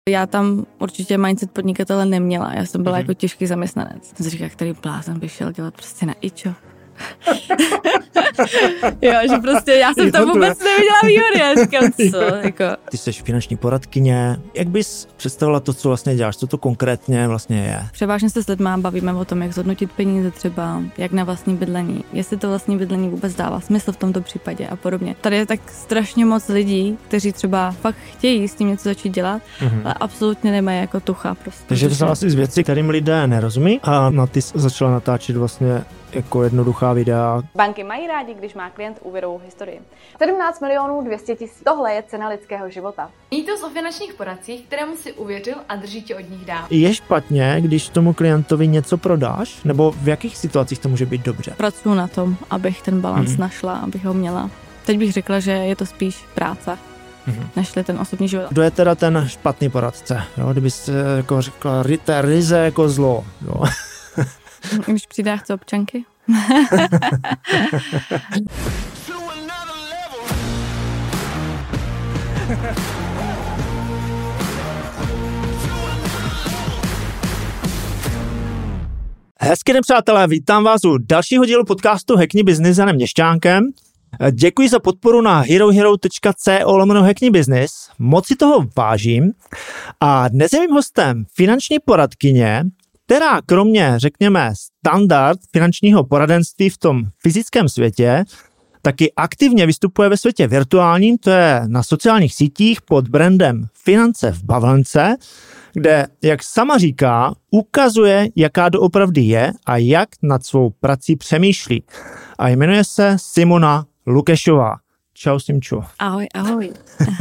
Já tam určitě mindset podnikatele neměla, já jsem byla jako těžký zaměstnanec. Jsem si říkala, který blázen by šel dělat prostě na ičo. Jo, že prostě já jsem tam vůbec neviděla výhody, já říkám, co, jako. Ty jsi finanční poradkyně, jak bys představila to, co vlastně děláš, co to konkrétně vlastně je? Převážně se s lidmi bavíme o tom, jak zhodnotit peníze třeba, jak na vlastní bydlení, jestli to vlastní bydlení vůbec dává smysl v tomto případě a podobně. Tady je tak strašně moc lidí, kteří třeba fakt chtějí s tím něco začít dělat, ale absolutně nemají jako tucha prostě. Takže to jsou asi z věcí, kterým lidé nerozumí a na ty začala natáčet vlastně jako jednoduchá videa. Banky mají rádi, když má klient úvěrovou historii. 17 200 000. Tohle je cena lidského života. Mýtus o finančních poradcích, kterému si uvěřil a drží tě od nich dál. Je špatně, když tomu klientovi něco prodáš? Nebo v jakých situacích to může být dobře? Pracuji na tom, abych ten balans našla, abych ho měla. Teď bych řekla, že je to spíš práce, než ten osobní život. Kdo je teda ten špatný poradce? Jo, kdybyste jako řekla, to je ryze jako zlo. Jo. Když přijde, chce občanky. Hezky den, přátelé, vítám vás u dalšího dílu podcastu Hackni Business s Janem Měšťánkem. Děkuji za podporu na herohero.co/hackni business. Moc si toho vážím. A dnes je mým hostem finanční poradkyně, která kromě, řekněme, standard finančního poradenství v tom fyzickém světě, taky aktivně vystupuje ve světě virtuálním, to je na sociálních sítích pod brandem Finance v bavlnce, kde, jak sama říká, ukazuje, jaká doopravdy je a jak nad svou prací přemýšlí. A jmenuje se Simona Lukešová. Čau, Simčo. Ahoj, ahoj.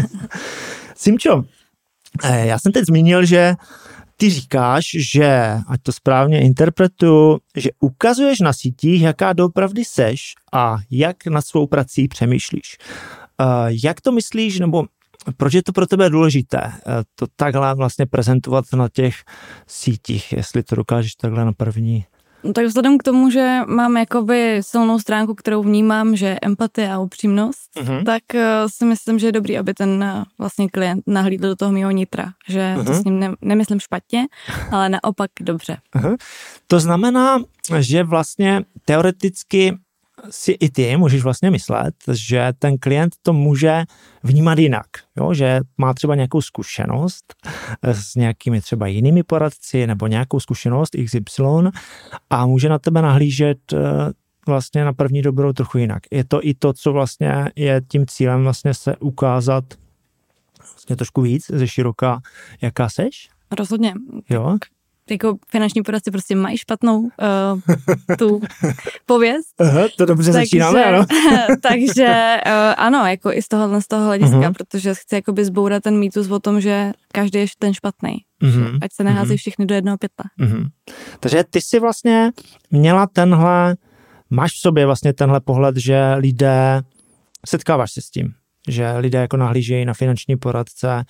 Simčo, já jsem teď zmínil, že ty říkáš, že, ať to správně interpretuju, že ukazuješ na sítích, jaká doopravdy seš a jak nad svou prací přemýšlíš. Jak to myslíš, nebo proč je to pro tebe důležité, to takhle vlastně prezentovat na těch sítích, jestli to dokážeš takhle na první? No tak vzhledem k tomu, že mám jakoby silnou stránku, kterou vnímám, že empatie a upřímnost, tak si myslím, že je dobrý, aby ten vlastně klient nahlídl do toho mýho nitra, že to s ním nemyslím špatně, ale naopak dobře. To znamená, že vlastně teoreticky si i ty můžeš vlastně myslet, že ten klient to může vnímat jinak, jo? Že má třeba nějakou zkušenost s nějakými třeba jinými poradci nebo nějakou zkušenost XY a může na tebe nahlížet vlastně na první dobrou trochu jinak. Je to i to, co vlastně je tím cílem vlastně se ukázat vlastně trošku víc ze široka, jaká seš? Rozhodně. Jo? Jako finanční poradci prostě mají špatnou tu pověst. Aha, to dobře začínáme, ano. Takže ano, jako i z toho hlediska, protože chci jakoby zbourat ten mýtus o tom, že každý je ten špatný. Ať se nehází všichni do jednoho pytle. Takže ty jsi vlastně měla máš v sobě vlastně tenhle pohled, že lidé, setkáváš se s tím, že lidé jako nahlížejí na finanční poradce.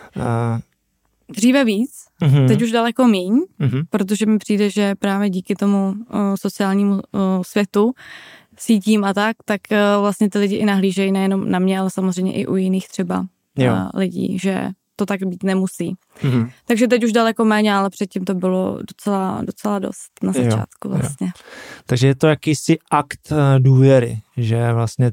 Dříve víc, teď už daleko míň, protože mi přijde, že právě díky tomu sociálnímu světu, sítím a tak vlastně ty lidi i nahlížejí nejenom na mě, ale samozřejmě i u jiných třeba lidí, že to tak být nemusí. Takže teď už daleko méně, ale předtím to bylo docela dost na začátku vlastně. Jo. Takže je to jakýsi akt důvěry, že vlastně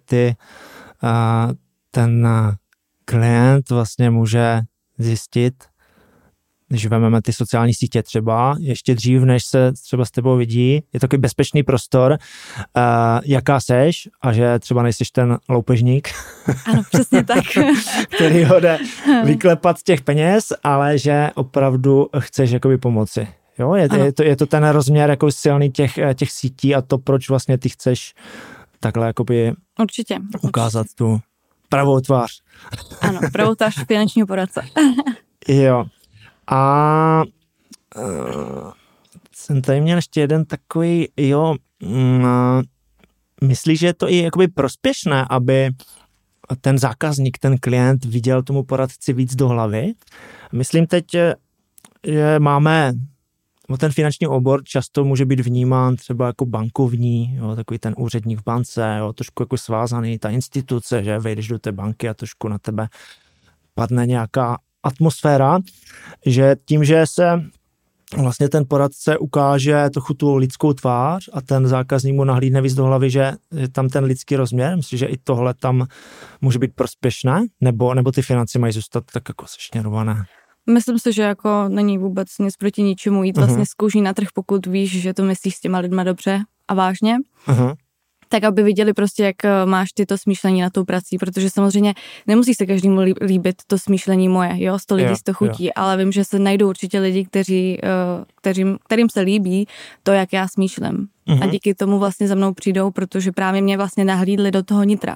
ten klient vlastně může zjistit, když vezmeme ty sociální sítě třeba, ještě dřív, než se třeba s tebou vidí, je to takový bezpečný prostor, jaká seš a že třeba nejseš ten loupežník. Ano, přesně tak. Který ho jde vyklepat z těch peněz, ale že opravdu chceš jakoby pomoci. Jo? Je to ten rozměr jako silný těch sítí a to, proč vlastně ty chceš takhle jakoby určitě ukázat tu pravou tvář. Ano, pravou tvář finančního poradce. Jo. A jsem tady měl ještě jeden takový, myslíš, že je to i jakoby prospěšné, aby ten zákazník, ten klient viděl tomu poradci víc do hlavy? Myslím teď, že ten finanční obor často může být vnímán třeba jako bankovní, takový ten úředník v bance, trošku jako svázaný, ta instituce, že vejdeš do té banky a trošku na tebe padne nějaká atmosféra, že tím, že se vlastně ten poradce ukáže trochu tu lidskou tvář a ten zákazník mu nahlídne víc do hlavy, že tam ten lidský rozměr, myslím, že i tohle tam může být prospěšné, nebo ty finance mají zůstat tak jako sešněrované. Myslím si, že jako není vůbec nic proti ničemu jít vlastně z kůží na trh, pokud víš, že to myslíš s těma lidma dobře a vážně. Tak aby viděli prostě, jak máš ty to smýšlení na tou prací, protože samozřejmě nemusí se každému líbit to smýšlení moje, jo, 100 lidí to chutí, ale vím, že se najdou určitě lidi, kterým se líbí to, jak já smýšlím. A díky tomu vlastně za mnou přijdou, protože právě mě vlastně nahlídli do toho nitra.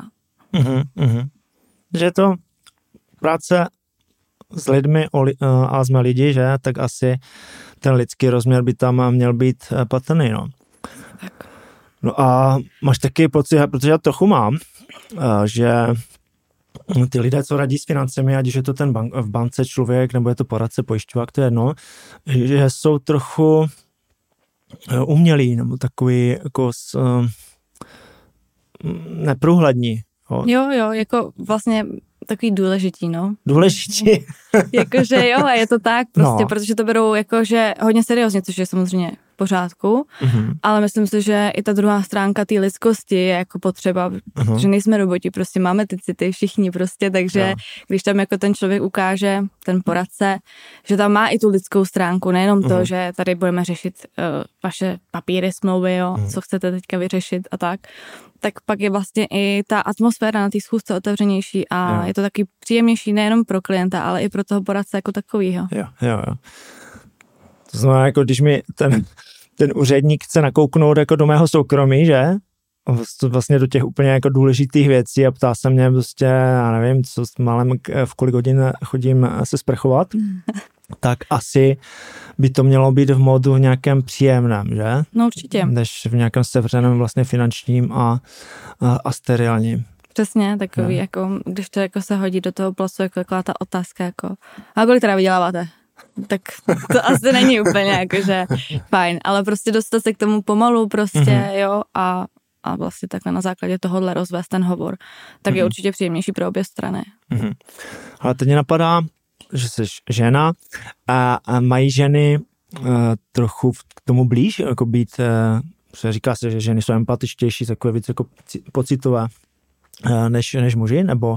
Že to práce s lidmi a jsme lidi, že, tak asi ten lidský rozměr by tam měl být patrný, no. Tak. No a máš taky pocit, protože já trochu mám, že ty lidé, co radí s financemi, ať je to ten v bance člověk, nebo je to poradce, pojišťovák, to je jedno, že jsou trochu umělí, nebo takový jako neprůhlední. Jo, jako vlastně takový důležitý, no. Důležitý. Jakože jo, a je to tak prostě, protože to berou jakože hodně seriózně, což je samozřejmě v pořádku, ale myslím si, že i ta druhá stránka té lidskosti je jako potřeba, protože nejsme roboti, prostě máme ty city všichni prostě, takže když tam jako ten člověk ukáže, ten poradce, že tam má i tu lidskou stránku, nejenom to, že tady budeme řešit vaše papíry, smlouvy, jo, co chcete teďka vyřešit a tak pak je vlastně i ta atmosféra na té schůzce otevřenější a je to taky příjemnější nejenom pro klienta, ale i pro toho poradce jako takovýho. Jo. To znamená, jako když mi ten úředník chce nakouknout jako do mého soukromí, že? Vlastně do těch úplně jako důležitých věcí a ptá se mě prostě, já nevím, co s malem, v kolik hodin chodím se sprchovat, tak asi by to mělo být v modu nějakém příjemném, že? No určitě. Než v nějakém sevřeném vlastně finančním a sterilním. Přesně, takový jako, když to jako se hodí do toho placu, jako taková ta otázka, jako, a kolik teda vyděláváte? Tak to asi není úplně jakože fajn, ale prostě dostat se k tomu pomalu prostě, jo, a vlastně takhle na základě tohohle rozvést ten hovor, tak je určitě příjemnější pro obě strany. Ale teď mě napadá, že jsi žena a mají ženy trochu k tomu blíž, jako být, říká se, že ženy jsou empatičtější, takové víc jako pocitové než muži, nebo?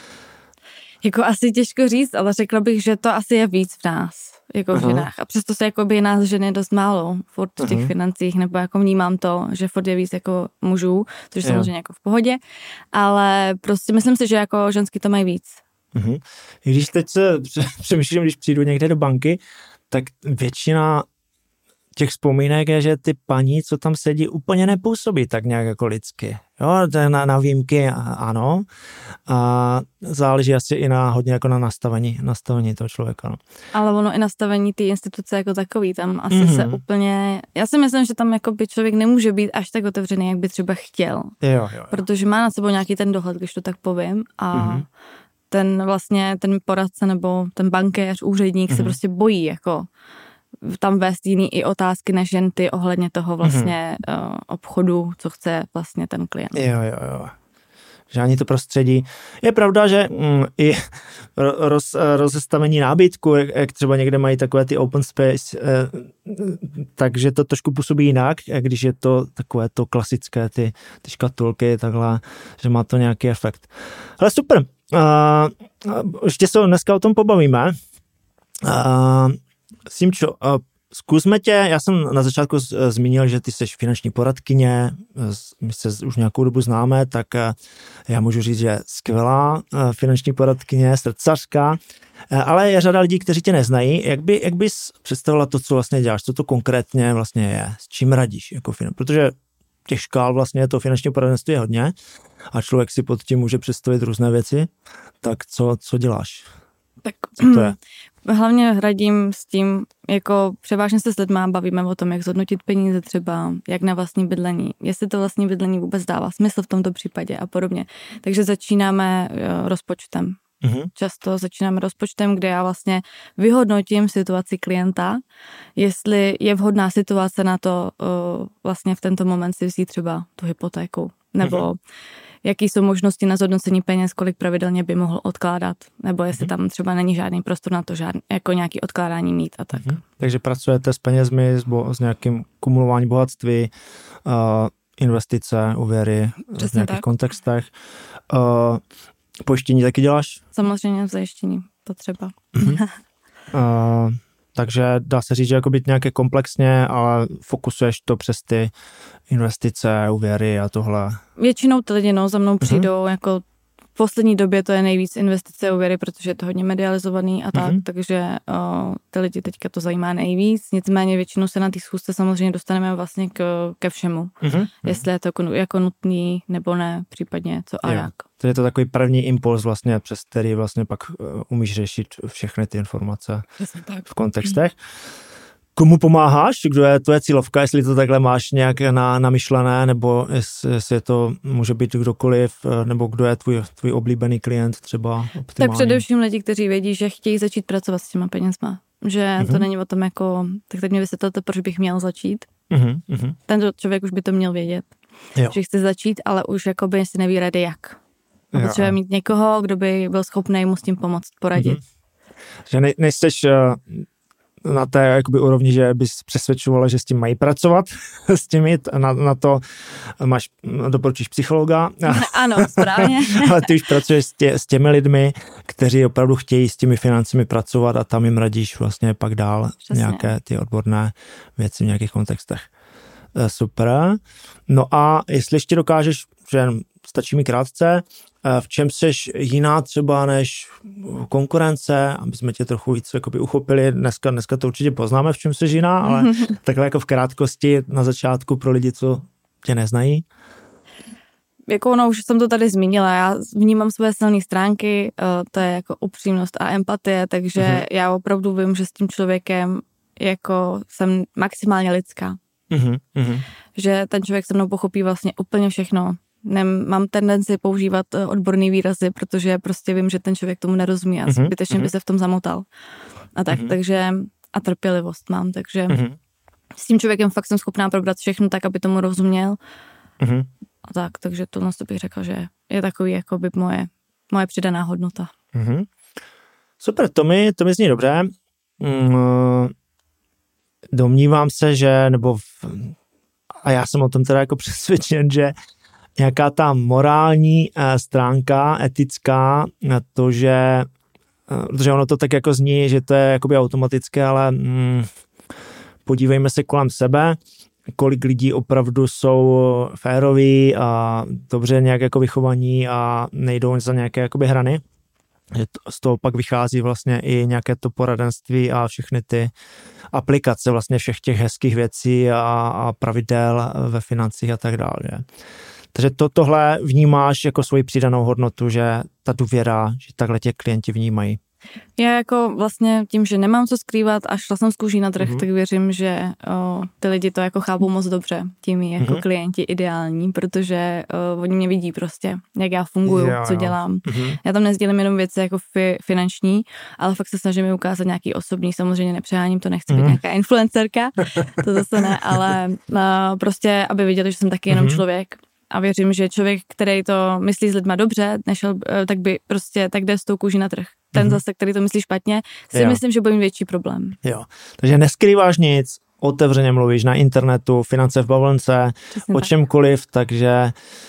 Jako asi těžko říct, ale řekla bych, že to asi je víc v nás, jako v ženách. A přesto se jako by nás ženy dost málo furt v těch financích, nebo jako vnímám to, že furt je víc jako mužů, což je samozřejmě jako v pohodě, ale prostě myslím si, že jako ženský to mají víc. I když teď se přemýšlím, když přijdu někde do banky, tak většina těch vzpomínek je, že ty paní, co tam sedí, úplně nepůsobí tak nějak jako lidsky. Jo, na výjimky ano. A záleží asi i hodně jako na nastavení toho člověka. No. Ale ono i nastavení té instituce jako takový, tam asi se úplně, já si myslím, že tam jako by člověk nemůže být až tak otevřený, jak by třeba chtěl. Jo. Protože má nad sebou nějaký ten dohled, když to tak povím, a ten poradce nebo ten bankéř, úředník se prostě bojí jako tam vést jiný i otázky než jen ty ohledně toho vlastně obchodu, co chce vlastně ten klient. Jo. Že ani to prostředí. Je pravda, že i rozestavení nábytku, jak třeba někde mají takové ty open space, takže to trošku působí jinak, když je to takové to klasické, ty škatulky, takhle, že má to nějaký efekt. Ale super. Ještě se dneska o tom pobavíme. Simčo, zkusme tě, já jsem na začátku zmínil, že ty jsi finanční poradkyně, my se už nějakou dobu známe, tak já můžu říct, že skvělá finanční poradkyně, srdcařka, ale je řada lidí, kteří tě neznají. Jak bys představila to, co vlastně děláš, co to konkrétně vlastně je, s čím radíš jako protože těch škál vlastně to finanční poradenství je hodně a člověk si pod tím může představit různé věci, tak co děláš? Tak co to je? Hlavně radím s tím, jako převážně se s lidma bavíme o tom, jak zhodnotit peníze třeba, jak na vlastní bydlení, jestli to vlastní bydlení vůbec dává smysl v tomto případě a podobně. Takže začínáme rozpočtem. Často začínáme rozpočtem, kde já vlastně vyhodnotím situaci klienta, jestli je vhodná situace na to vlastně v tento moment si vzít třeba tu hypotéku, nebo jaký jsou možnosti na zhodnocení peněz, kolik pravidelně by mohl odkládat, nebo jestli tam třeba není žádný prostor na to, jako nějaký odkládání mít a tak. Takže pracujete s penězmi, s nějakým kumulováním bohatství, investice, úvěry v nějakých kontextech. Pojištění taky děláš? Samozřejmě v zajištění potřeba. Takže dá se říct, že jako být nějaké komplexně, ale fokusuješ to přes ty investice, úvěry a tohle. Většinou ty lidi za mnou přijdou, jako v poslední době to je nejvíc investice, úvěry, protože je to hodně medializovaný a tak, takže ty lidi teďka to zajímá nejvíc. Nicméně většinou se na té schůzce samozřejmě dostaneme vlastně ke všemu. Jestli je to jako nutný nebo ne, případně co a jak. To je to takový první impuls vlastně, přes který vlastně pak umíš řešit všechny ty informace v kontextech. Komu pomáháš? Kdo je tvoje cílovka? Jestli to takhle máš nějak namyšlené, nebo jestli to může být kdokoliv, nebo kdo je tvůj oblíbený klient třeba optimálně? Tak především lidi, kteří vědí, že chtějí začít pracovat s těma penězma. Že to není o tom jako, tak teď mě vysvětlete, proč bych měl začít. Tento člověk už by to měl vědět, že chce začít, ale už jakoby si neví rady jak. Potřebuje mít někoho, kdo by byl schopný mu s tím pomoct, poradit. Že nejsteš na té jakoby úrovni, že bys přesvědčovala, že s tím mají pracovat, s tím na to doporučíš psychologa. Ano, správně. Ale ty už pracuješ s těmi lidmi, kteří opravdu chtějí s těmi financemi pracovat a tam jim radíš vlastně pak dál nějaké ty odborné věci v nějakých kontextech. Super. No a jestli ještě dokážeš, že stačí mi krátce, v čem seš jiná třeba než konkurence, aby jsme tě trochu víc jakoby uchopili, dneska to určitě poznáme, v čem seš jiná, ale takhle jako v krátkosti na začátku pro lidi, co tě neznají. Jako už jsem to tady zmínila, já vnímám své silné stránky, to je jako upřímnost a empatie, takže já opravdu vím, že s tím člověkem jako jsem maximálně lidská. Že ten člověk se mnou pochopí vlastně úplně všechno. Mám tendenci používat odborný výrazy, protože prostě vím, že ten člověk tomu nerozumí a zbytečně by se v tom zamotal. A tak, takže a trpělivost mám, takže s tím člověkem fakt jsem schopná probrat všechno tak, aby tomu rozuměl. A tak, takže to bych řekla, že je takový jakoby moje přidaná hodnota. Super, to mi zní dobře. Domnívám se, že, a já jsem o tom teda jako přesvědčen, že nějaká ta morální stránka, etická, protože ono to tak jako zní, že to je jakoby automatické, ale podívejme se kolem sebe, kolik lidí opravdu jsou féroví a dobře nějak jako vychovaní a nejdou za nějaké jakoby hrany. Že z toho pak vychází vlastně i nějaké to poradenství a všechny ty aplikace vlastně všech těch hezkých věcí a pravidel ve financích a tak dále. Takže tohle vnímáš jako svoji přidanou hodnotu, že ta důvěra, že takhle tě klienti vnímají. Já jako vlastně tím, že nemám co skrývat a šla jsem z kůží na trh, tak věřím, že ty lidi to jako chápou moc dobře, tím jako klienti ideální, protože oni mě vidí prostě, jak já funguju, co dělám. Já tam nesdělím jenom věci jako finanční, ale fakt se snažím mi ukázat nějaký osobní, samozřejmě nepřeháním, to nechci být nějaká influencerka, to zase ne, ale prostě, aby viděli, že jsem taky jenom člověk. A věřím, že člověk, který to myslí s lidma dobře, tak by prostě tak jde s tou kůží na trh. Ten zase, který to myslí špatně, si myslím, že bude mít větší problém. Jo, takže neskrýváš nic, otevřeně mluvíš na internetu, finance v bavlnce, o čemkoliv, takže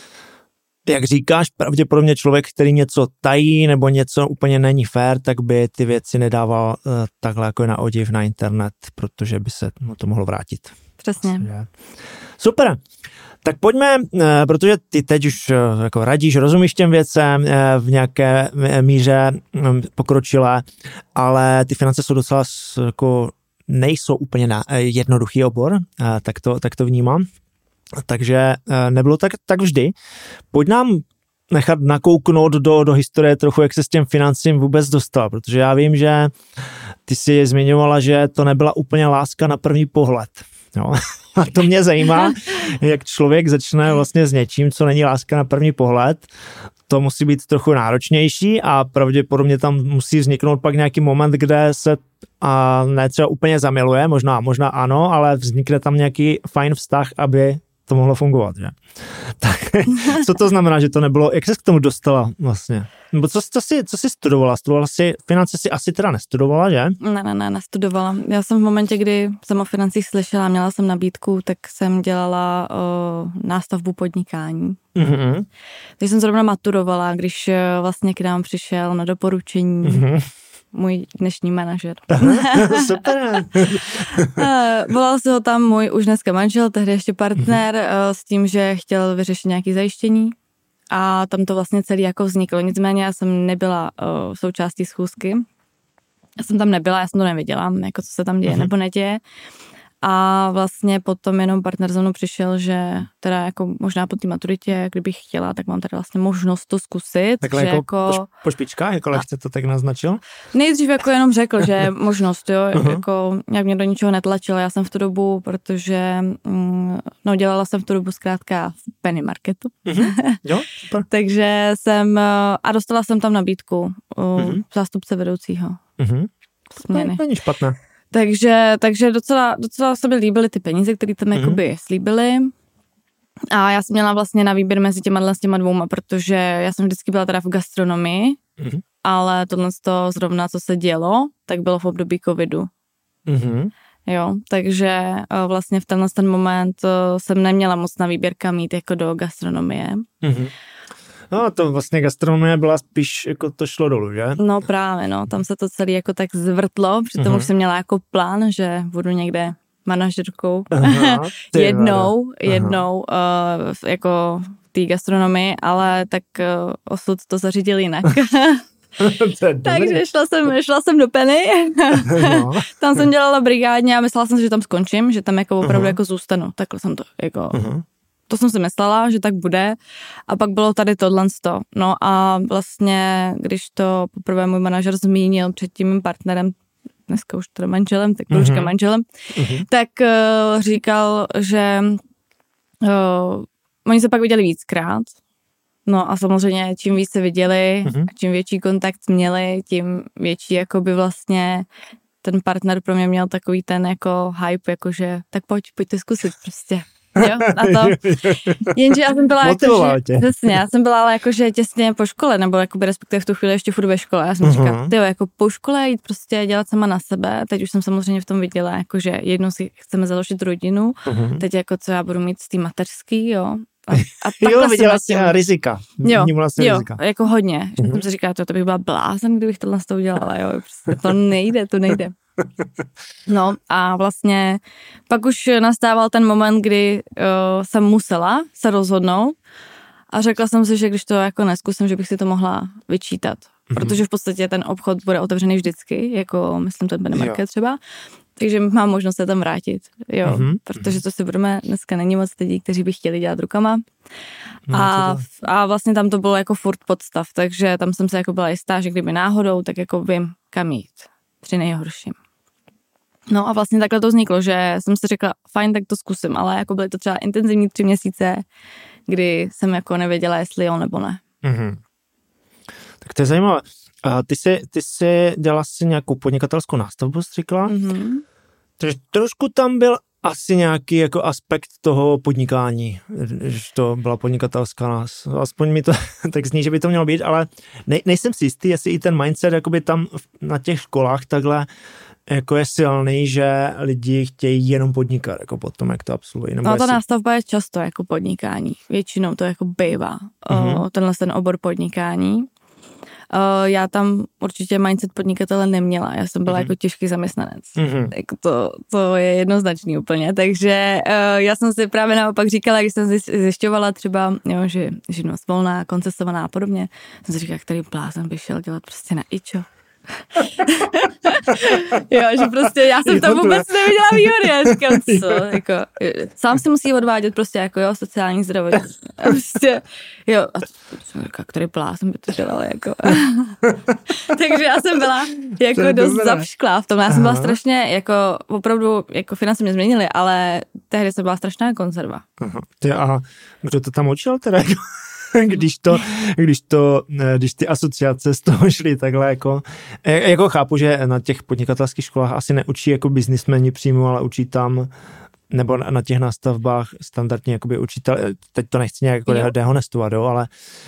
jak říkáš, pravděpodobně člověk, který něco tají nebo něco úplně není fér, tak by ty věci nedával takhle jako na odiv na internet, protože by se to mohlo vrátit. Přesně. Super. Tak pojďme, protože ty teď už jako radíš, rozumíš těm věcem v nějaké míře pokročilé, ale ty finance jsou docela jako nejsou úplně jednoduchý obor, tak to vnímám. Takže nebylo tak vždy. Pojď nám nechat nakouknout do historie trochu, jak se s těm financím vůbec dostal, protože já vím, že ty si zmiňovala, že to nebyla úplně láska na první pohled. Jo. A to mě zajímá, jak člověk začne vlastně s něčím, co není láska na první pohled. To musí být trochu náročnější a pravděpodobně tam musí vzniknout pak nějaký moment, kde se ne třeba úplně zamiluje, možná ano, ale vznikne tam nějaký fajn vztah, aby to mohlo fungovat, že? Tak co to znamená, že to nebylo, jak jsi k tomu dostala vlastně? Nebo co jsi studovala? Studovala jsi, finance si asi teda nestudovala, že? Ne, nestudovala. Já jsem v momentě, kdy jsem o financích slyšela, měla jsem nabídku, tak jsem dělala nástavbu podnikání. Mm-hmm. Takže jsem zrovna maturovala, když vlastně k nám přišel na doporučení můj dnešní manažer. Super. Volal se ho tam můj už dneska manžel, tehdy ještě partner, s tím, že chtěl vyřešit nějaké zajištění a tam to vlastně celý jako vzniklo. Nicméně já jsem nebyla součástí schůzky. Já jsem tam nebyla, já jsem to nevěděla, jako co se tam děje nebo neděje. A vlastně potom jenom partner za mnou přišel, že teda jako možná po té maturitě, kdybych chtěla, tak mám tady vlastně možnost to zkusit. Takhle jako po špičkách, jako lehce to tak naznačil? Nejdřív jako jenom řekl, že možnost, jo, jako nějak mě do ničeho netlačila. Já jsem v tu dobu, protože dělala jsem v tu dobu zkrátka v penny marketu. Jo, super. Takže a dostala jsem tam nabídku zástupce vedoucího směny. To není špatné. Takže docela se mi líbily ty peníze, které tam jakoby slíbily. A já jsem měla vlastně na výběr mezi těma dvouma, protože já jsem vždycky byla teda v gastronomii, ale tohle zrovna, co se dělo, tak bylo v období covidu. Jo, takže vlastně v ten moment jsem neměla moc na výběr kam jít jako do gastronomie. No to vlastně gastronomie byla spíš, jako to šlo dolů, že? No právě, tam se to celé jako tak zvrtlo, přitom už jsem měla jako plán, že budu někde manažerkou jednou jako v té gastronomii, ale tak osud to zařídil jinak. Takže šla jsem do Penny, tam jsem dělala brigádně a myslela jsem si, že tam skončím, že tam jako opravdu jako zůstanu. Takhle jsem to jako... To jsem si myslela, že tak bude a pak bylo tady tohleto. No a vlastně, když to poprvé můj manažer zmínil před tím mým partnerem, dneska už teda manželem, tak už manželem, tak říkal, že oni se pak viděli víckrát. No a samozřejmě čím víc se viděli a čím větší kontakt měli, tím větší jakoby vlastně ten partner pro mě měl takový ten jako hype, jakože tak pojďte zkusit prostě. Jo, a to. Jenže já jsem byla já jsem byla ale jakože těsně po škole, nebo jakoby respektive v tu chvíli ještě furt ve škole. Já jsem říkala, jako po škole jít prostě dělat sama na sebe. Teď už jsem samozřejmě v tom viděla, jakože jednou si chceme založit rodinu, teď jako co já budu mít z té mateřský, jo. A viděla jsi rizika. Jo, jako hodně. Jsem si říkala, to bych byla blázen, kdybych tohle s tou udělala, jo. Prostě to nejde. No a vlastně pak už nastával ten moment, kdy jsem musela se rozhodnout a řekla jsem si, že když to jako neskusím, že bych si to mohla vyčítat. Protože v podstatě ten obchod bude otevřený vždycky, jako myslím ten Penny Market třeba, takže mám možnost se tam vrátit, jo, protože to si budeme, dneska není moc lidí, kteří by chtěli dělat rukama a vlastně tam to bylo jako furt podstav, takže tam jsem se jako byla jistá, že kdyby náhodou, tak jako vím, kam jít, při nejhorším. No a vlastně takhle to vzniklo, že jsem si řekla, fajn, tak to zkusím, ale jako byly to třeba intenzivní 3 měsíce, kdy jsem jako nevěděla, jestli jo nebo ne. Tak to je zajímavé. Ty jsi dělala si nějakou podnikatelskou nástavbu, jsi říkala? Takže trošku tam byl asi nějaký jako aspekt toho podnikání, že to byla podnikatelská, aspoň mi to tak zní, že by to mělo být, ale nejsem si jistý, jestli i ten mindset jakoby tam na těch školách takhle jako je silný, že lidi chtějí jenom podnikat, jako potom, jak to absolvují. No ta nástavba je často jako podnikání. Většinou to jako bývá. Tenhle ten obor podnikání. Já tam určitě mindset podnikatele neměla. Já jsem byla jako těžký zaměstnanec. Jako to je jednoznačný úplně. Takže já jsem si právě naopak říkala, když jsem zjišťovala třeba, jo, že živnost volná, koncesovaná a podobně, jsem si říkala, který blázen by šel dělat prostě na ičo. Jo, že prostě já jsem tam vůbec neviděla výhody. Já říkám, co, jako, sám si musí odvádět prostě jako, jo, sociální zdravotní. Prostě, jo, a který blázen by to dělal, jako. Takže já jsem byla jako dost zapšklá v tom. Já jsem byla strašně, jako, opravdu, jako finance mě změnily, ale tehdy jsem byla strašná konzerva. A kdo to tam učil teda? Když ty asociace z toho šly takhle jako chápu, že na těch podnikatelských školách asi neučí jako biznismeni přímo, ale učí tam nebo na těch nástavbách standardně jakoby učitel, teď to nechci nějak jako dehonestovat, ale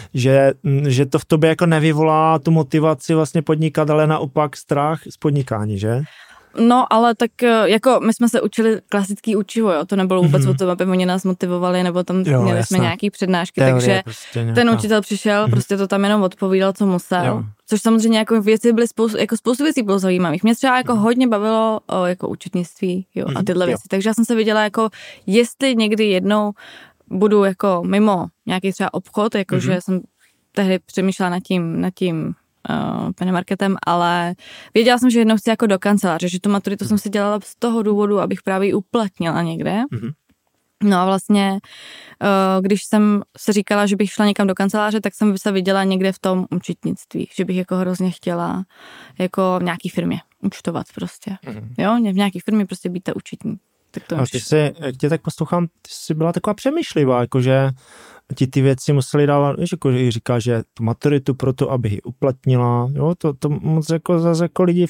že to v tobě jako nevyvolá tu motivaci vlastně podnikat, ale naopak strach z podnikání, že? No, ale tak jako my jsme se učili klasický učivo, jo, to nebylo vůbec o tom, aby oni nás motivovali, nebo tam měli jsme nějaký přednášky, teorie, takže prostě ten učitel přišel, prostě to tam jenom odpovídal, co musel, což samozřejmě jako věci byly spoustu věcí bylo zajímavých. Mě třeba jako hodně bavilo jako účetnictví, jo, a tyhle věci, takže já jsem se viděla jako, jestli někdy jednou budu jako mimo nějaký třeba obchod, jakože jsem tehdy přemýšlela nad tím marketem, ale věděla jsem, že jednou chci jako do kanceláře, že tu maturitu jsem si dělala z toho důvodu, abych právě ji uplatnila někde. No a vlastně, když jsem se říkala, že bych šla někam do kanceláře, tak jsem se viděla někde v tom účetnictví, že bych jako hrozně chtěla jako v nějaký firmě účtovat prostě. Jo, v nějaký firmě prostě být ta účetní. Tak to jak tě tak poslouchám, ty jsi byla taková přemýšlivá, jakože ti ty věci museli dávat, víš, jako říká, že tu maturitu proto, aby ji uplatnila, jo, to moc jako zase jako lidi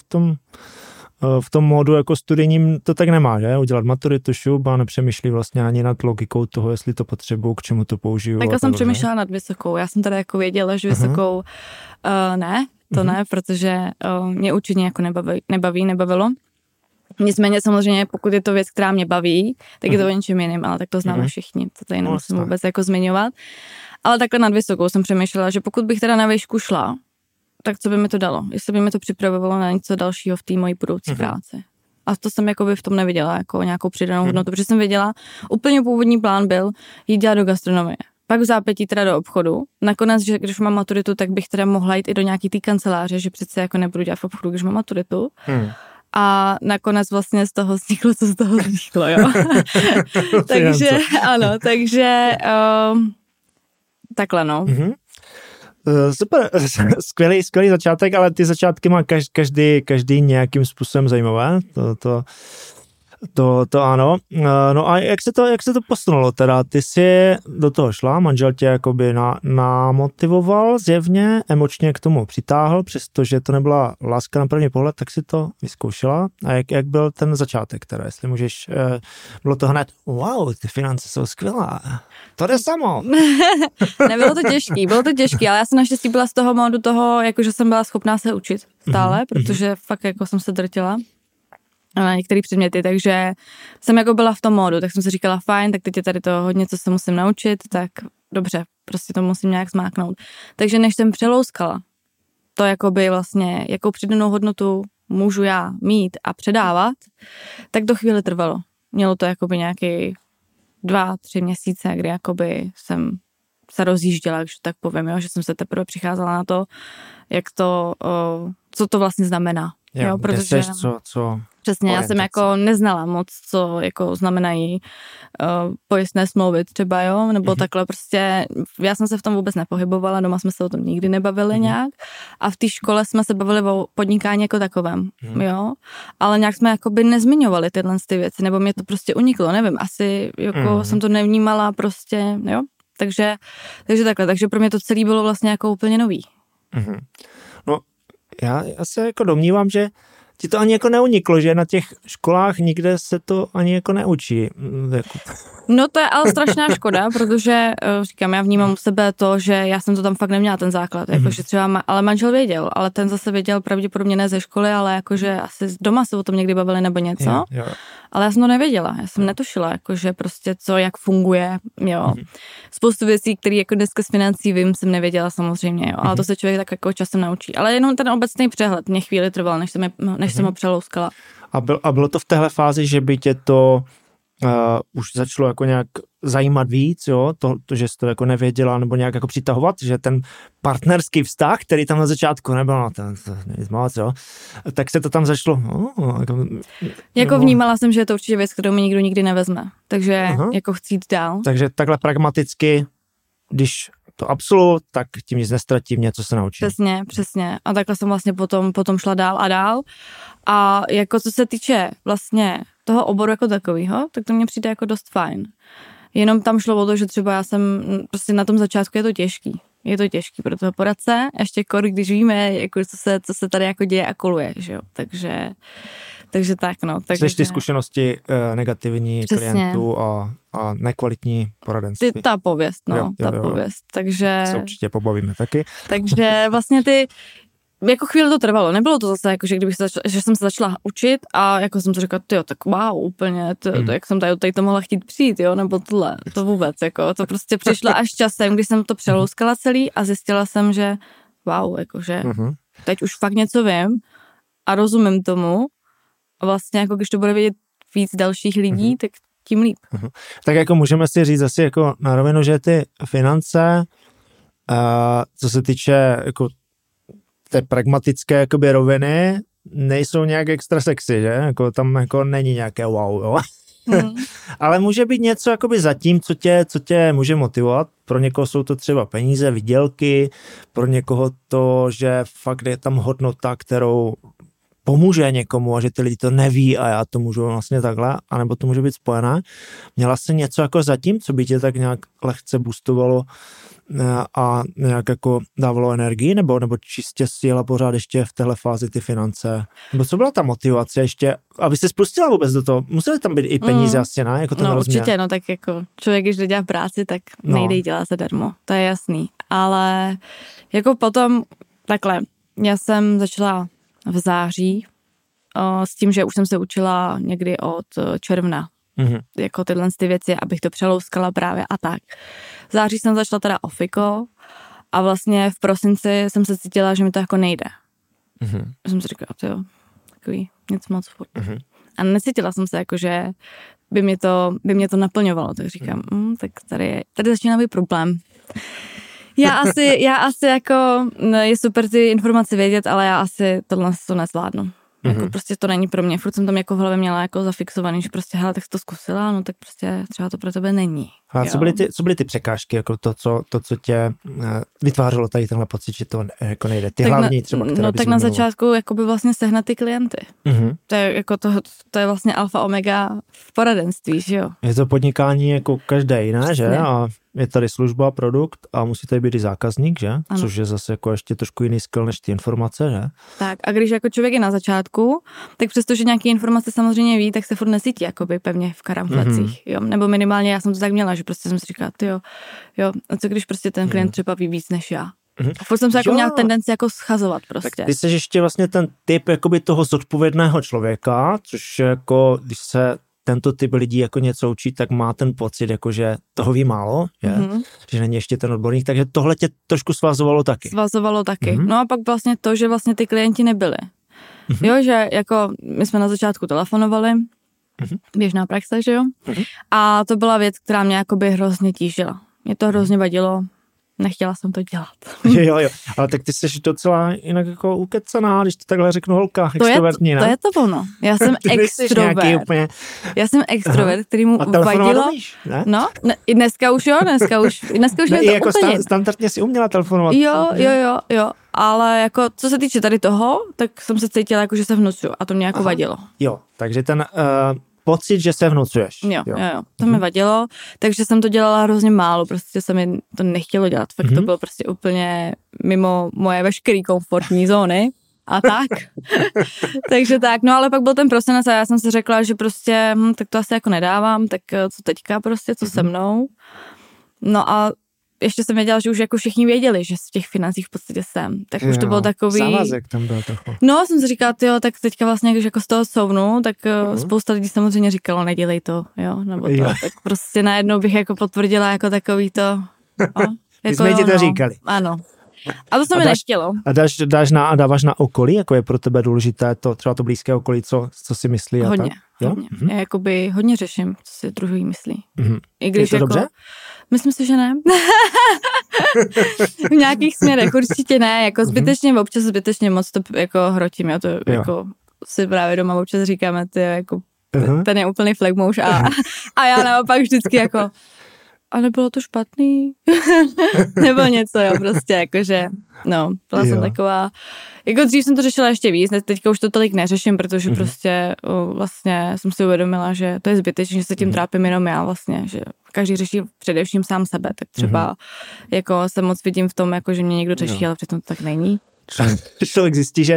v tom módu jako studijním to tak nemá, že? Udělat maturitu, šup a nepřemýšlí vlastně ani nad logikou toho, jestli to potřebuju, k čemu to použiju. Tak já jsem přemýšlela nad vysokou, já jsem teda jako věděla, že vysokou ne, protože mě určitě jako nebavilo. Nicméně samozřejmě, pokud je to věc, která mě baví, tak je to o něčem jiným, ale tak to známe všichni, to tady nemusím vůbec jako zmiňovat. Ale takhle nad vysokou jsem přemýšlela, že pokud bych teda na výšku šla, tak co by mi to dalo? Jestli by mi to připravovalo na něco dalšího v té mojí budoucí práci. A to jsem jakoby v tom neviděla jako nějakou přidanou hodnotu, protože jsem věděla, úplně původní plán byl jít dělat do gastronomie. Pak v zápětí teda do obchodu. Nakonec, že když mám maturitu, tak bych teda mohla jít i do nějaký té kanceláře, že přece jako nebudu dělat v obchodu, když mám maturitu. A nakonec vlastně z toho vzniklo, co z toho vzniklo, jo. Takže, ano, takže takhle, no. Super, skvělý začátek, ale ty začátky má každý nějakým způsobem zajímavé, to ano. No a jak se to posunulo teda? Ty jsi do toho šla, manžel tě jakoby namotivoval zjevně, emočně k tomu přitáhl, přestože to nebyla láska na první pohled, tak si to vyzkoušela. A jak byl ten začátek teda, jestli můžeš, bylo to hned, wow, ty finance jsou skvělá, to jde samo. Nebylo to těžký, ale já jsem naštěstí byla z toho módu toho, jakože jsem byla schopná se učit stále, protože fakt jako jsem se drtila na některé předměty, takže jsem jako byla v tom módu, tak jsem si říkala fajn, tak teď je tady to hodně, co se musím naučit, tak dobře, prostě to musím nějak zmáknout. Takže než jsem přelouskala to jakoby vlastně, jakou přidanou hodnotu můžu já mít a předávat, tak to chvíli trvalo. Mělo to jakoby nějaký 2-3 měsíce, kdy jakoby jsem se rozjížděla, když tak povím, jo, že jsem se teprve přicházela na to, jak to, co to vlastně znamená. Jo, protože co přesně, já jsem jako neznala moc, co jako znamenají pojistné smlouvy třeba, jo, nebo takhle prostě, já jsem se v tom vůbec nepohybovala, doma jsme se o tom nikdy nebavili nějak a v té škole jsme se bavili o podnikání jako takovém, jo, ale nějak jsme jakoby nezmiňovali tyhle ty věci, nebo mě to prostě uniklo, nevím, asi jako jsem to nevnímala prostě, jo, takže takhle, takže pro mě to celé bylo vlastně jako úplně nový. No, já se jako domnívám, že ti to ani jako neuniklo, že na těch školách nikde se to ani jako neučí. No to je ale strašná škoda, protože říkám, já vnímám u sebe to, že já jsem to tam fakt neměla ten základ, jakože třeba, ale manžel věděl, ale ten zase věděl pravděpodobně ne ze školy, ale jakože asi doma se o tom někdy bavili nebo něco, ale já jsem to nevěděla, já jsem netušila, jakože prostě co, jak funguje, jo. Spoustu věcí, které jako dneska z financí vím, jsem nevěděla samozřejmě, jo, ale to se člověk tak jako časem naučí, ale jenom ten obecný přehled mě chvíli trval, než jsem ho přelouskala. A bylo to v téhle fázi, že by tě to už začalo jako nějak zajímat víc, jo, to, že jsi to jako nevěděla, nebo nějak jako přitahovat, že ten partnerský vztah, který tam na začátku nebyl, no, ten nic moc, jo, tak se to tam začalo, jako vnímala jsem, že je to určitě věc, kterou mi nikdo nikdy nevezme, takže jako chci jít dál. Takže takhle pragmaticky, když to absolut, tak tím nic nestratím, něco se naučím. Přesně. A takhle jsem vlastně potom šla dál a dál. A jako co se týče vlastně toho oboru jako takového, tak to mně přijde jako dost fajn. Jenom tam šlo o to, že třeba já jsem prostě na tom začátku je to těžký pro toho poradce, ještě když víme, jako co se tady jako děje a koluje, že jo. Takže tak, no. Chceš ty zkušenosti negativní přesně. klientů a nekvalitní poradenství. Ta pověst, no, pověst. Takže... Se určitě pobavíme taky. Takže vlastně jako chvíli to trvalo. Nebylo to zase jako, že že jsem se začala učit a jako jsem si říkala, tyjo, tak wow, úplně, jak jsem tady to mohla chtít přijít, jo, nebo tohle, to vůbec, jako, to prostě přišlo až časem, když jsem to přelouskala celý a zjistila jsem, že wow, jakože teď už fakt něco vím a rozumím tomu a vlastně jako když to bude vědět víc dalších lidí, tak tím líp. Tak jako můžeme si říct asi jako na rovinu, že ty finance, co se týče jako té pragmatické jakoby roviny, nejsou nějak extra sexy, že? Jako tam jako není nějaké wow, jo? Ale může být něco jakoby zatím, co tě může motivovat. Pro někoho jsou to třeba peníze, výdělky, pro někoho to, že fakt je tam hodnota, kterou pomůže někomu a že ty lidi to neví a já to můžu vlastně takhle, anebo to může být spojené. Měla jsi něco jako zatím, co by tě tak nějak lehce boostovalo a nějak jako dávalo energii, nebo čistě si jela pořád ještě v téhle fázi ty finance? Nebo co byla ta motivace ještě, aby se spustila vůbec do toho? Musely tam být i peníze asi, ne? Jako ten rozměr. Určitě, no tak jako člověk, když dělá práci, tak nejde jí dělat zadarmo, to je jasný. Ale jako potom takhle, já jsem začala v září s tím, že už jsem se učila někdy od června. Jako tyhle ty věci, abych to přelouskala právě a tak. V září jsem začala teda ofiko a vlastně v prosinci jsem se cítila, že mi to jako nejde. Jsem si říkala, jo, takový nic moc furt. A necítila jsem se jako, že by mě to naplňovalo, tak říkám, tak tady začíná být problém. Já asi jako, je super ty informace vědět, ale já asi tohle to nezvládnu. Jako prostě to není pro mě. Furt jsem tam jako v hlavě měla jako zafixovaný, že prostě hele, tak jsi to zkusila, no tak prostě třeba to pro tebe není. A co byly ty překážky, jako to, co tě vytvářelo tady tenhle pocit, že to jako nejde? Ty tak hlavní třeba, které no tak na začátku jakoby vlastně sehnat ty klienty. To je jako to je vlastně alfa omega v poradenství, že jo? Je to podnikání jako každé jiné, že? A je tady služba, produkt a musí tady být i zákazník, že? Ano. Což je zase jako ještě trošku jiný skill než ty informace, že? Tak a když jako člověk je na začátku, tak přestože nějaké informace samozřejmě ví, tak se furt nesítí jakoby pevně v karamflecích, jo? Nebo minimálně já jsem to tak měla, že prostě jsem si říkala, jo, a co když prostě ten klient třeba ví víc než já. A furt jsem se jako měla tendenci jako schazovat prostě. Tak ty jsi ještě vlastně ten typ jakoby toho zodpovědného člověka, což jako, když se tento typ lidí jako něco učí, tak má ten pocit, jako že toho ví málo, že není ještě ten odborník, takže tohle tě trošku svazovalo taky. No a pak vlastně to, že vlastně ty klienti nebyli. Jo, že jako my jsme na začátku telefonovali, běžná praxe, že jo? A to byla věc, která mě jakoby hrozně tížila. Mě to hrozně vadilo. Nechtěla jsem to dělat. Jo, ale tak ty jsi docela jinak jako ukecaná, když to takhle řeknu holka, extrovertní, ne? To je to ono. Já jsem extrovert. Úplně... Já jsem extrovert, který mu vadilo. Ne? No, dneska už ne, je to jako úplně. Standardně si uměla telefonovat. Jo, ale jako co se týče tady toho, tak jsem se cítila jako, že se vnucuju a to mě jako vadilo. Jo, takže ten pocit, že se vnucuješ. Jo. To mi vadilo, takže jsem to dělala hrozně málo, prostě se mi to nechtělo dělat. Fakt to bylo prostě úplně mimo moje veškerý komfortní zóny a tak. Takže tak, no ale pak byl ten prosinec a já jsem si řekla, že prostě tak to asi jako nedávám, tak co teďka prostě, co se mnou. No a ještě jsem věděla, že už jako všichni věděli, že v těch financích v podstatě jsem. Tak už to bylo takový... Závazek tam byl trochu. No, jsem si říkala, tak teďka vlastně, když jako z toho souvnu, tak spousta lidí samozřejmě říkalo, nedělej to, jo, nebo to. Tak prostě najednou bych jako potvrdila jako takový to... Jako jsme ti to říkali. Ano. A to se mi nechtělo. A dáváš na okolí, jako je pro tebe důležité to, třeba to blízké okolí, co si myslí a hodně, tak? Hodně. Já jakoby hodně řeším, co si druhý myslí. I když je to jako, dobře? Myslím si, že ne. V nějakých směrech určitě ne, jako občas zbytečně moc to jako hrotím, já to jako si právě doma občas říkáme, ty jako ten je úplný flagmouš a já naopak vždycky jako a nebylo to špatný? Nebo něco, jo, prostě, jakože, no, byla jsem taková, jako dřív jsem to řešila ještě víc, teďka už to tolik neřeším, protože prostě vlastně jsem si uvědomila, že to je zbytečné, že se tím trápím jenom já vlastně, že každý řeší především sám sebe, tak třeba jako se moc vidím v tom, jako že mě někdo řeší, ale přitom to tak není. Člověk zjistí, že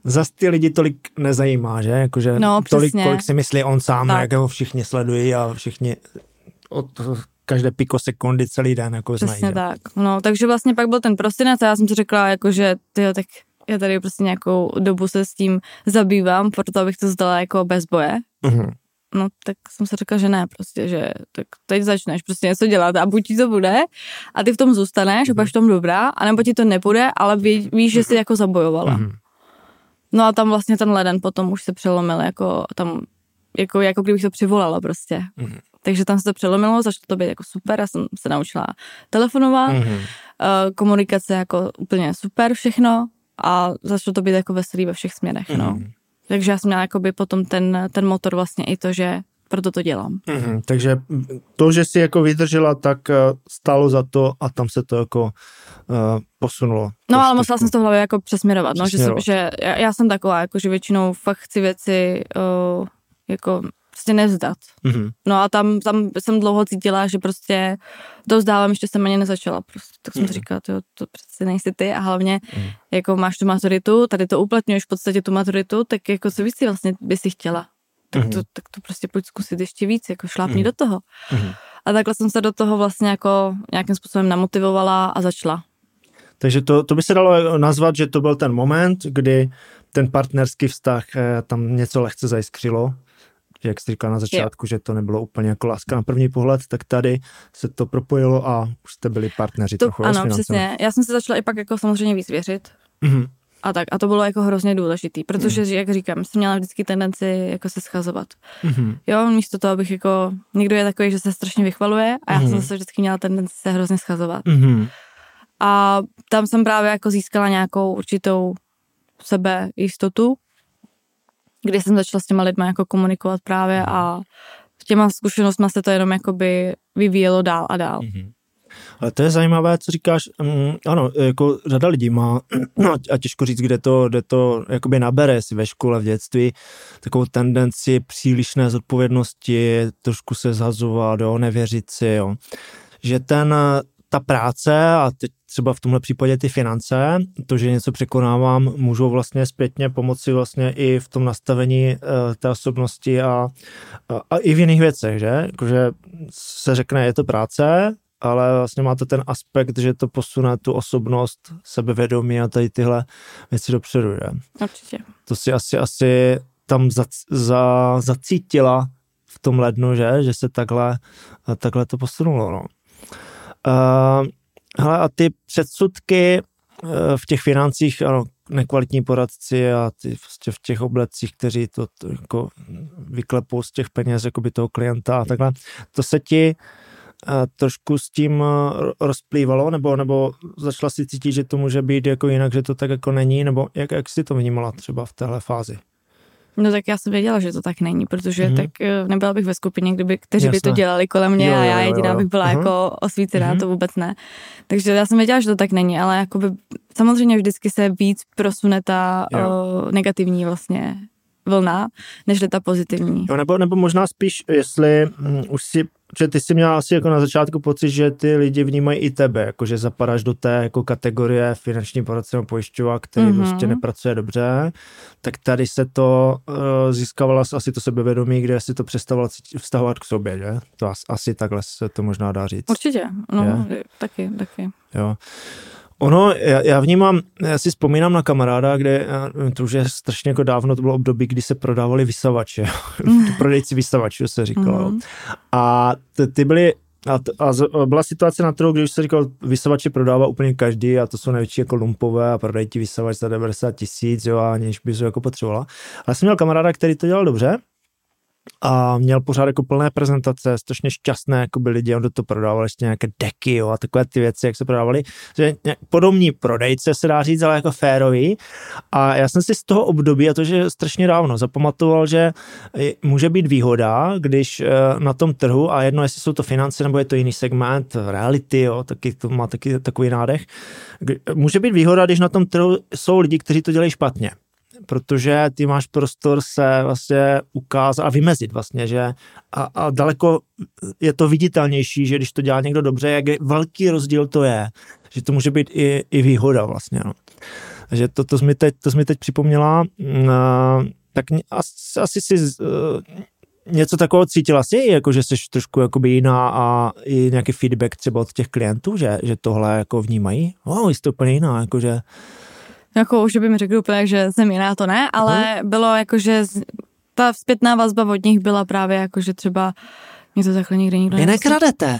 zas ty lidi tolik nezajímá, že? Jakože tolik, kolik si myslí on sám, jak ho všichni sledují a všichni od každé pikosekundy celý den jako znají. Přesně tak. No, takže vlastně pak byl ten prosinec a já jsem si řekla, jakože tyjo, tak já tady prostě nějakou dobu se s tím zabývám, proto abych to zdala jako bez boje. No, tak jsem si řekla, že ne, prostě, že tak teď začneš prostě něco dělat a buď ti to bude a ty v tom zůstaneš a budeš v tom dobrá, anebo ti to nebude, ale víš, že jsi jako zabojovala. No a tam vlastně ten leden potom už se přelomil, jako tam, jako kdybych to přivolala prostě. Takže tam se to přelomilo, začalo to být jako super, já jsem se naučila telefonovat, komunikace jako úplně super všechno a začalo to být jako veselý ve všech směrech, no. Takže já jsem měla jakoby potom ten motor vlastně i to, že proto to dělám. Takže to, že jsi jako vydržela, tak stálo za to a tam se to jako posunulo. No ale musela jsem to v hlavě jako přesměrovat, no, že já jsem taková, jako že většinou fakt chci věci jako prostě nevzdat. No a tam jsem dlouho cítila, že prostě to vzdávám, ještě jsem ani nezačala. Prostě. Tak jsem si říkala, to přece nejsi ty a hlavně jako máš tu maturitu, tady to uplatňuješ v podstatě tu maturitu, tak jako co víc si vlastně by si chtěla. Tak to prostě pojď zkusit ještě víc, jako šlápni do toho. A takhle jsem se do toho vlastně jako nějakým způsobem namotivovala a začala. Takže to by se dalo nazvat, že to byl ten moment, kdy ten partnerský vztah tam něco lehce zajiskřilo. Jak jsi říkal na začátku, že to nebylo úplně jako láska na první pohled, tak tady se to propojilo a už jste byli partneři trochu. Ano, přesně. Já jsem se začala i pak jako samozřejmě víc věřit. A to bylo jako hrozně důležitý, protože, jak říkám, jsem měla vždycky tendenci jako se schazovat. Jo, místo toho, abych jako, někdo je takový, že se strašně vychvaluje a já jsem zase vždycky měla tendenci se hrozně schazovat. A tam jsem právě jako získala nějakou určitou sebejistotu, kdy jsem začala s těma lidma jako komunikovat právě a s těma zkušenostmi se to jenom jakoby vyvíjelo dál a dál. Ale to je zajímavé, co říkáš, ano, jako řada lidí má, a těžko říct, kde to jakoby nabere si ve škole, v dětství, takovou tendenci přílišné zodpovědnosti, trošku se zhazovat, jo, nevěřit si, jo. Že ta práce a teď třeba v tomhle případě ty finance, to, že něco překonávám, můžou vlastně zpětně pomoci vlastně i v tom nastavení té osobnosti a i v jiných věcech, že? Jakože se řekne, je to práce, ale vlastně má to ten aspekt, že to posune tu osobnost, sebevědomí a tady tyhle věci dopředu, že? Určitě. To si asi tam zacítila v tom lednu, že se takhle to posunulo, no. Hele, a ty předsudky v těch financích, ano, nekvalitní poradci a ty prostě v těch oblecích, kteří to jako vyklepou z těch peněz jakoby toho klienta a takhle, to se ti trošku s tím rozplývalo, nebo začala si cítit, že to může být jako jinak, že to tak jako není, nebo jak jsi to vnímala třeba v téhle fázi? No tak já jsem věděla, že to tak není, protože tak nebyla bych ve skupině, kteří by to dělali kolem mě a já jediná bych byla jako osvícená, to vůbec ne. Takže já jsem věděla, že to tak není, ale jakoby samozřejmě vždycky se víc prosune ta negativní vlastně vlna, než ta pozitivní. Jo, nebo možná spíš, jestli už že ty jsi měla asi jako na začátku pocit, že ty lidi vnímají i tebe, jako že zapadáš do té jako kategorie finanční poradce nebo pojišťova, který prostě nepracuje dobře, tak tady se to získávala asi to sebevědomí, kde si to přestavala vztahovat k sobě, že? To asi takhle se to možná dá říct. Určitě, no, taky. Jo. Ono, já vnímám, já si vzpomínám na kamaráda, kde, to už je strašně jako dávno, to bylo období, kdy se prodávali vysavače, prodejci vysavačů se říkalo. A ty byly, a byla situace na trhu, když se říkal, vysavače prodává úplně každý a to jsou největší jako lumpové a prodají ti vysavač za 90 000, jo, a aniž by se jako potřebovala. Ale já jsem měl kamaráda, který to dělal dobře a měl pořád jako plné prezentace, strašně šťastné, jako by lidi, on do toho prodával ještě nějaké deky, jo, a takové ty věci, jak se prodávali, že podobní prodejce se dá říct, ale jako férový. A já jsem si z toho období, a to že strašně dávno, zapamatoval, že může být výhoda, když na tom trhu, a jedno, jestli jsou to finance, nebo je to jiný segment, reality, jo, taky to má taky takový nádech, může být výhoda, když na tom trhu jsou lidi, kteří to dělají špatně. Protože ty máš prostor se vlastně ukázat a vymezit vlastně, že a daleko je to viditelnější, že když to dělá někdo dobře, jak velký rozdíl to je, že to může být i výhoda vlastně, no. že to jsi mi teď připomněla, tak asi si něco takového cítila si, jako že jsi trošku jakoby jiná a i nějaký feedback třeba od těch klientů, že tohle jako vnímají? Jste úplně jiná, jakože... Jako už by mi řekl úplně, že jsem jiná, to ne, ale bylo jako, že ta zpětná vazba od nich byla právě jako, že třeba mě to takhle nikdy nikdo nekradete.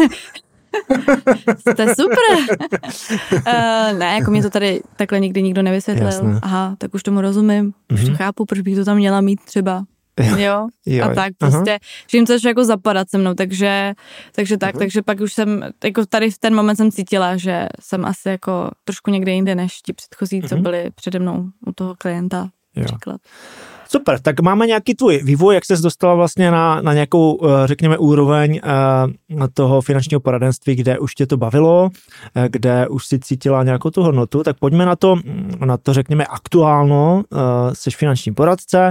Jste super. Ne, jako mě to tady takhle nikdy nikdo nevysvětlil. Jasné. Aha, tak už tomu rozumím, už to chápu, proč bych to tam měla mít třeba. Jo. A tak prostě, že jim to začalo jako zapadat se mnou, takže pak už jsem, jako tady v ten moment jsem cítila, že jsem asi jako trošku někde jinde než ti předchozí, co byli přede mnou u toho klienta, příklad. Super, tak máme nějaký tvůj vývoj, jak ses dostala vlastně na nějakou, řekněme, úroveň toho finančního poradenství, kde už tě to bavilo, kde už si cítila nějakou tu hodnotu, tak pojďme na to řekněme, aktuálno, seš finanční poradce.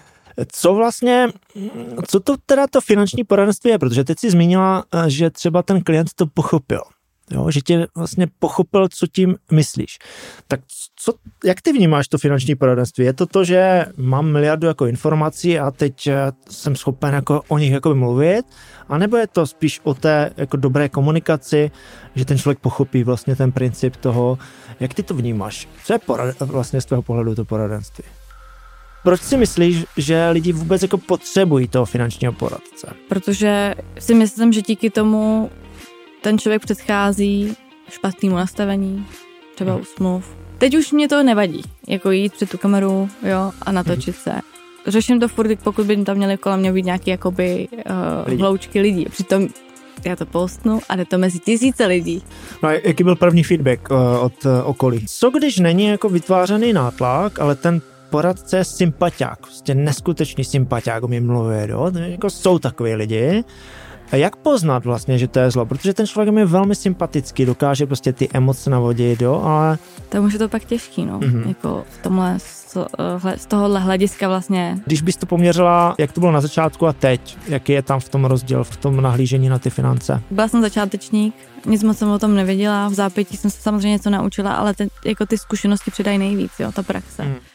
Co to teda to finanční poradenství je? Protože teď jsi zmínila, že třeba ten klient to pochopil. Jo, že tě vlastně pochopil, co tím myslíš. Tak jak ty vnímáš to finanční poradenství? Je to, že mám miliardu jako informací a teď jsem schopen jako o nich jako mluvit? A nebo je to spíš o té jako dobré komunikaci, že ten člověk pochopí vlastně ten princip toho, jak ty to vnímáš? Co je vlastně z tvého pohledu to poradenství? Proč si myslíš, že lidi vůbec jako potřebují toho finančního poradce? Protože si myslím, že díky tomu ten člověk předchází špatnému nastavení, třeba u smluv. Teď už mě to nevadí, jako jít před tu kameru, jo, a natočit se. Řeším to furt, pokud by tam měli kolem mě být nějaký jakoby hloučky lidí. Přitom já to postnu a jde to mezi tisíce lidí. No a jaký byl první feedback od okolí? Co když není jako vytvářený nátlak, ale ten poradce je sympatiák, prostě neskutečný sympatiák, o mě mluví, jo? Jako jsou takový lidi. A jak poznat vlastně, že to je zlo? Protože ten člověk je velmi sympatický, dokáže prostě ty emoce navodit, jo, ale... Tam už je to pak těžký, no, jako v tomhle, z tohohle hlediska vlastně. Když bys to poměřila, jak to bylo na začátku a teď, jaký je tam v tom rozdíl, v tom nahlížení na ty finance? Byla jsem začátečník, nic moc jsem o tom nevěděla, v zápětí jsem se samozřejmě něco naučila, ale jako ty zkušenosti přidají nejvíc, jo, ta praxe.